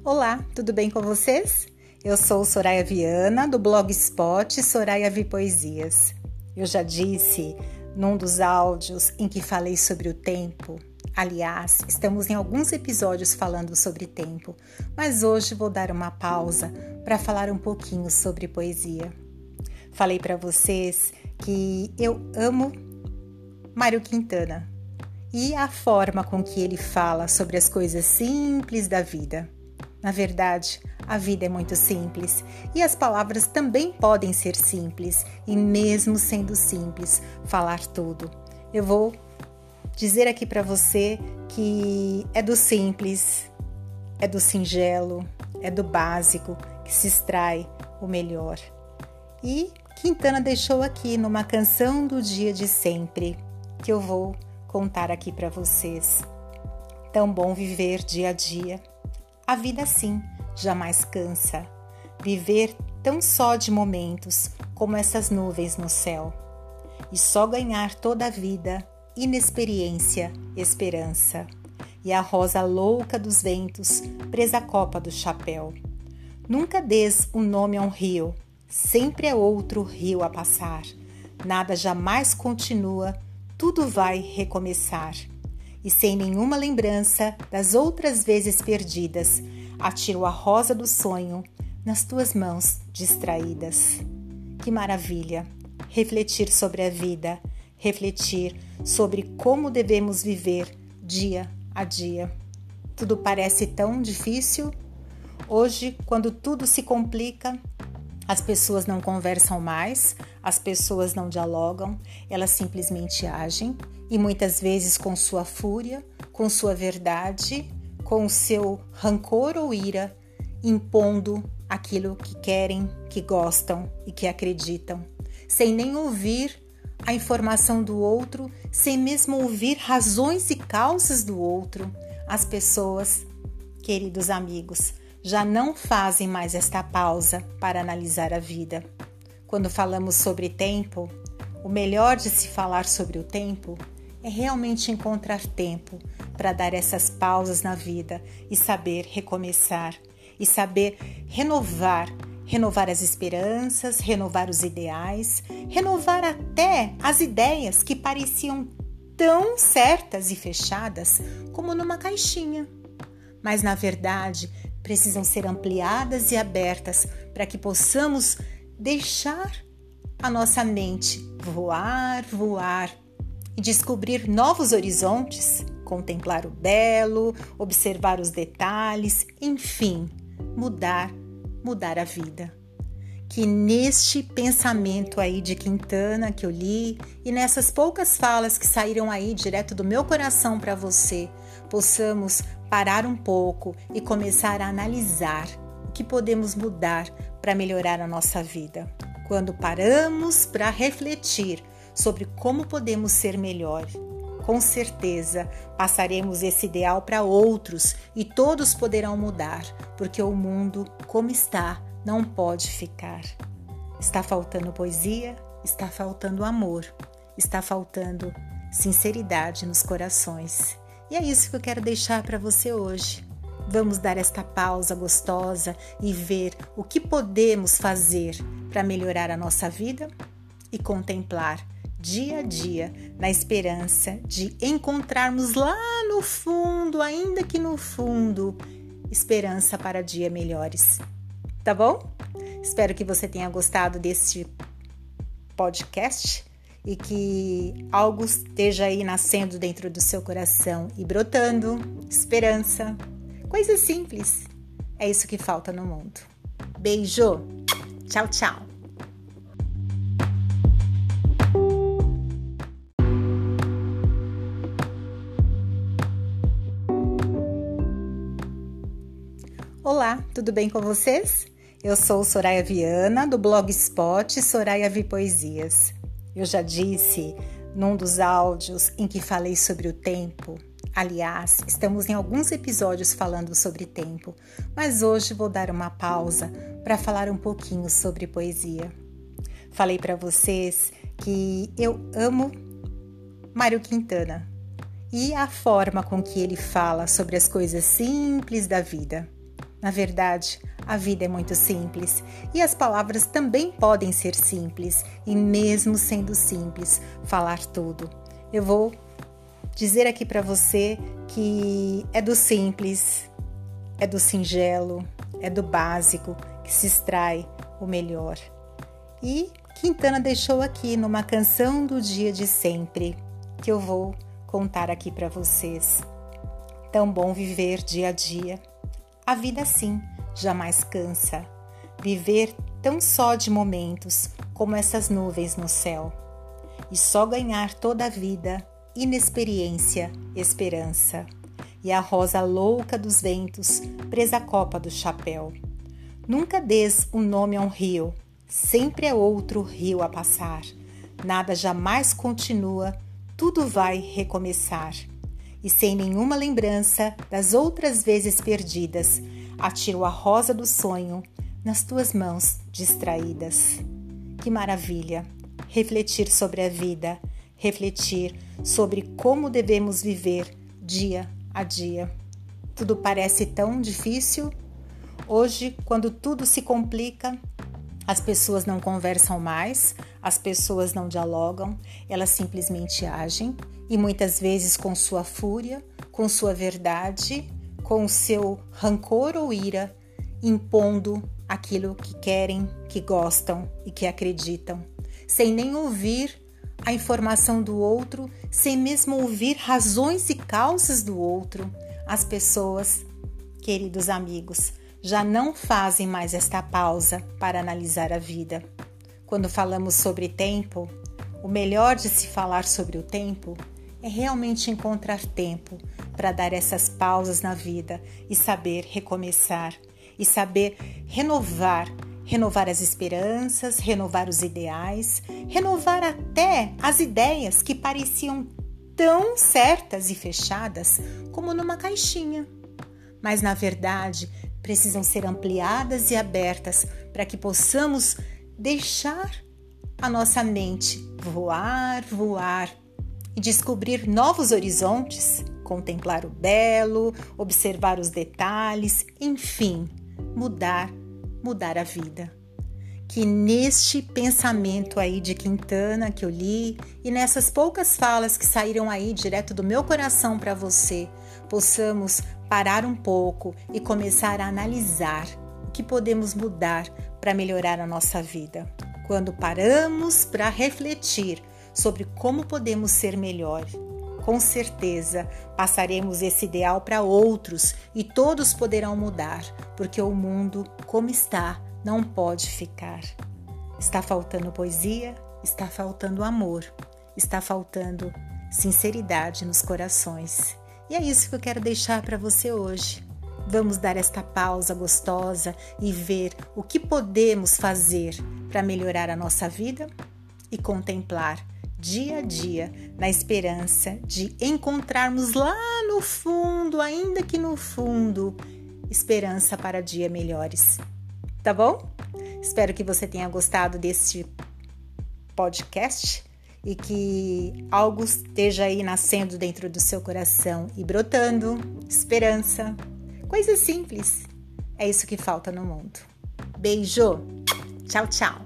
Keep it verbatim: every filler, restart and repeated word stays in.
Olá, tudo bem com vocês? Eu sou Soraya Viana, do Blogspot Soraya Vi Poesias. Eu já disse num dos áudios em que falei sobre o tempo. Aliás, estamos em alguns episódios falando sobre tempo, mas hoje vou dar uma pausa para falar um pouquinho sobre poesia. Falei para vocês que eu amo Mário Quintana e a forma com que ele fala sobre as coisas simples da vida. Na verdade, a vida é muito simples e as palavras também podem ser simples e mesmo sendo simples, falar tudo. Eu vou dizer aqui para você que é do simples, é do singelo, é do básico que se extrai o melhor. E Quintana deixou aqui numa canção do dia de sempre, que eu vou contar aqui para vocês. Tão bom viver dia a dia. A vida sim jamais cansa. Viver tão só de momentos como essas nuvens no céu. E só ganhar toda a vida, inexperiência, esperança. E a rosa louca dos ventos, presa à copa do chapéu. Nunca des o nome a um rio, sempre é outro rio a passar. Nada jamais continua, tudo vai recomeçar. E sem nenhuma lembrança das outras vezes perdidas, atiro a rosa do sonho nas tuas mãos distraídas. Que maravilha! Refletir sobre a vida, refletir sobre como devemos viver dia a dia. Tudo parece tão difícil. Hoje, quando tudo se complica, as pessoas não conversam mais, as pessoas não dialogam, elas simplesmente agem e muitas vezes com sua fúria, com sua verdade, com seu rancor ou ira, impondo aquilo que querem, que gostam e que acreditam, sem nem ouvir a informação do outro, sem mesmo ouvir razões e causas do outro. As pessoas, queridos amigos, já não fazem mais esta pausa para analisar a vida. Quando falamos sobre tempo, o melhor de se falar sobre o tempo é realmente encontrar tempo para dar essas pausas na vida e saber recomeçar, e saber renovar, renovar as esperanças, renovar os ideais, renovar até as ideias que pareciam tão certas e fechadas como numa caixinha. Mas na verdade, precisam ser ampliadas e abertas para que possamos deixar a nossa mente voar, voar e descobrir novos horizontes, contemplar o belo, observar os detalhes, enfim, mudar, mudar a vida. Que neste pensamento aí de Quintana que eu li e nessas poucas falas que saíram aí direto do meu coração para você, possamos parar um pouco e começar a analisar o que podemos mudar para melhorar a nossa vida. Quando paramos para refletir sobre como podemos ser melhor, com certeza passaremos esse ideal para outros e todos poderão mudar, porque o mundo, como está, não pode ficar. Está faltando poesia, está faltando amor, está faltando sinceridade nos corações. E é isso que eu quero deixar para você hoje. Vamos dar esta pausa gostosa e ver o que podemos fazer para melhorar a nossa vida e contemplar dia a dia na esperança de encontrarmos lá no fundo, ainda que no fundo, esperança para dias melhores. Tá bom? Espero que você tenha gostado deste podcast e que algo esteja aí nascendo dentro do seu coração e brotando, esperança, coisas simples. É isso que falta no mundo. Beijo! Tchau, tchau! Olá, tudo bem com vocês? Eu sou Soraya Viana, do Blogspot Soraya Vi Poesias. Eu já disse num dos áudios em que falei sobre o tempo. Aliás, estamos em alguns episódios falando sobre tempo, mas hoje vou dar uma pausa para falar um pouquinho sobre poesia. Falei para vocês que eu amo Mário Quintana e a forma com que ele fala sobre as coisas simples da vida. Na verdade, a vida é muito simples e as palavras também podem ser simples e mesmo sendo simples, falar tudo. Eu vou dizer aqui para você que é do simples, é do singelo, é do básico que se extrai o melhor. E Quintana deixou aqui numa canção do dia de sempre, que eu vou contar aqui para vocês. Tão bom viver dia a dia. A vida sim jamais cansa. Viver tão só de momentos como essas nuvens no céu. E só ganhar toda a vida, inexperiência, esperança. E a rosa louca dos ventos, presa à copa do chapéu. Nunca des o nome a um rio, sempre é outro rio a passar. Nada jamais continua, tudo vai recomeçar. E sem nenhuma lembrança das outras vezes perdidas, atiro a rosa do sonho nas tuas mãos distraídas. Que maravilha! Refletir sobre a vida, refletir sobre como devemos viver dia a dia. Tudo parece tão difícil. Hoje, quando tudo se complica, as pessoas não conversam mais, as pessoas não dialogam, elas simplesmente agem e muitas vezes com sua fúria, com sua verdade, com o seu rancor ou ira, impondo aquilo que querem, que gostam e que acreditam, sem nem ouvir a informação do outro, sem mesmo ouvir razões e causas do outro. As pessoas, queridos amigos, já não fazem mais esta pausa para analisar a vida. Quando falamos sobre tempo, o melhor de se falar sobre o tempo é realmente encontrar tempo para dar essas pausas na vida e saber recomeçar, e saber renovar, renovar as esperanças, renovar os ideais, renovar até as ideias que pareciam tão certas e fechadas como numa caixinha. Mas, na verdade, precisam ser ampliadas e abertas para que possamos deixar a nossa mente voar, voar e descobrir novos horizontes, contemplar o belo, observar os detalhes, enfim, mudar, mudar a vida. Que neste pensamento aí de Quintana que eu li e nessas poucas falas que saíram aí direto do meu coração para você, possamos parar um pouco e começar a analisar o que podemos mudar para melhorar a nossa vida. Quando paramos para refletir sobre como podemos ser melhor, com certeza passaremos esse ideal para outros e todos poderão mudar, porque o mundo, como está, não pode ficar. Está faltando poesia, está faltando amor, está faltando sinceridade nos corações. E é isso que eu quero deixar para você hoje. Vamos dar esta pausa gostosa e ver o que podemos fazer para melhorar a nossa vida e contemplar dia a dia na esperança de encontrarmos lá no fundo, ainda que no fundo, esperança para dias melhores. Tá bom? Espero que você tenha gostado deste podcast e que algo esteja aí nascendo dentro do seu coração e brotando, esperança, coisas simples. É isso que falta no mundo. Beijo! Tchau, tchau!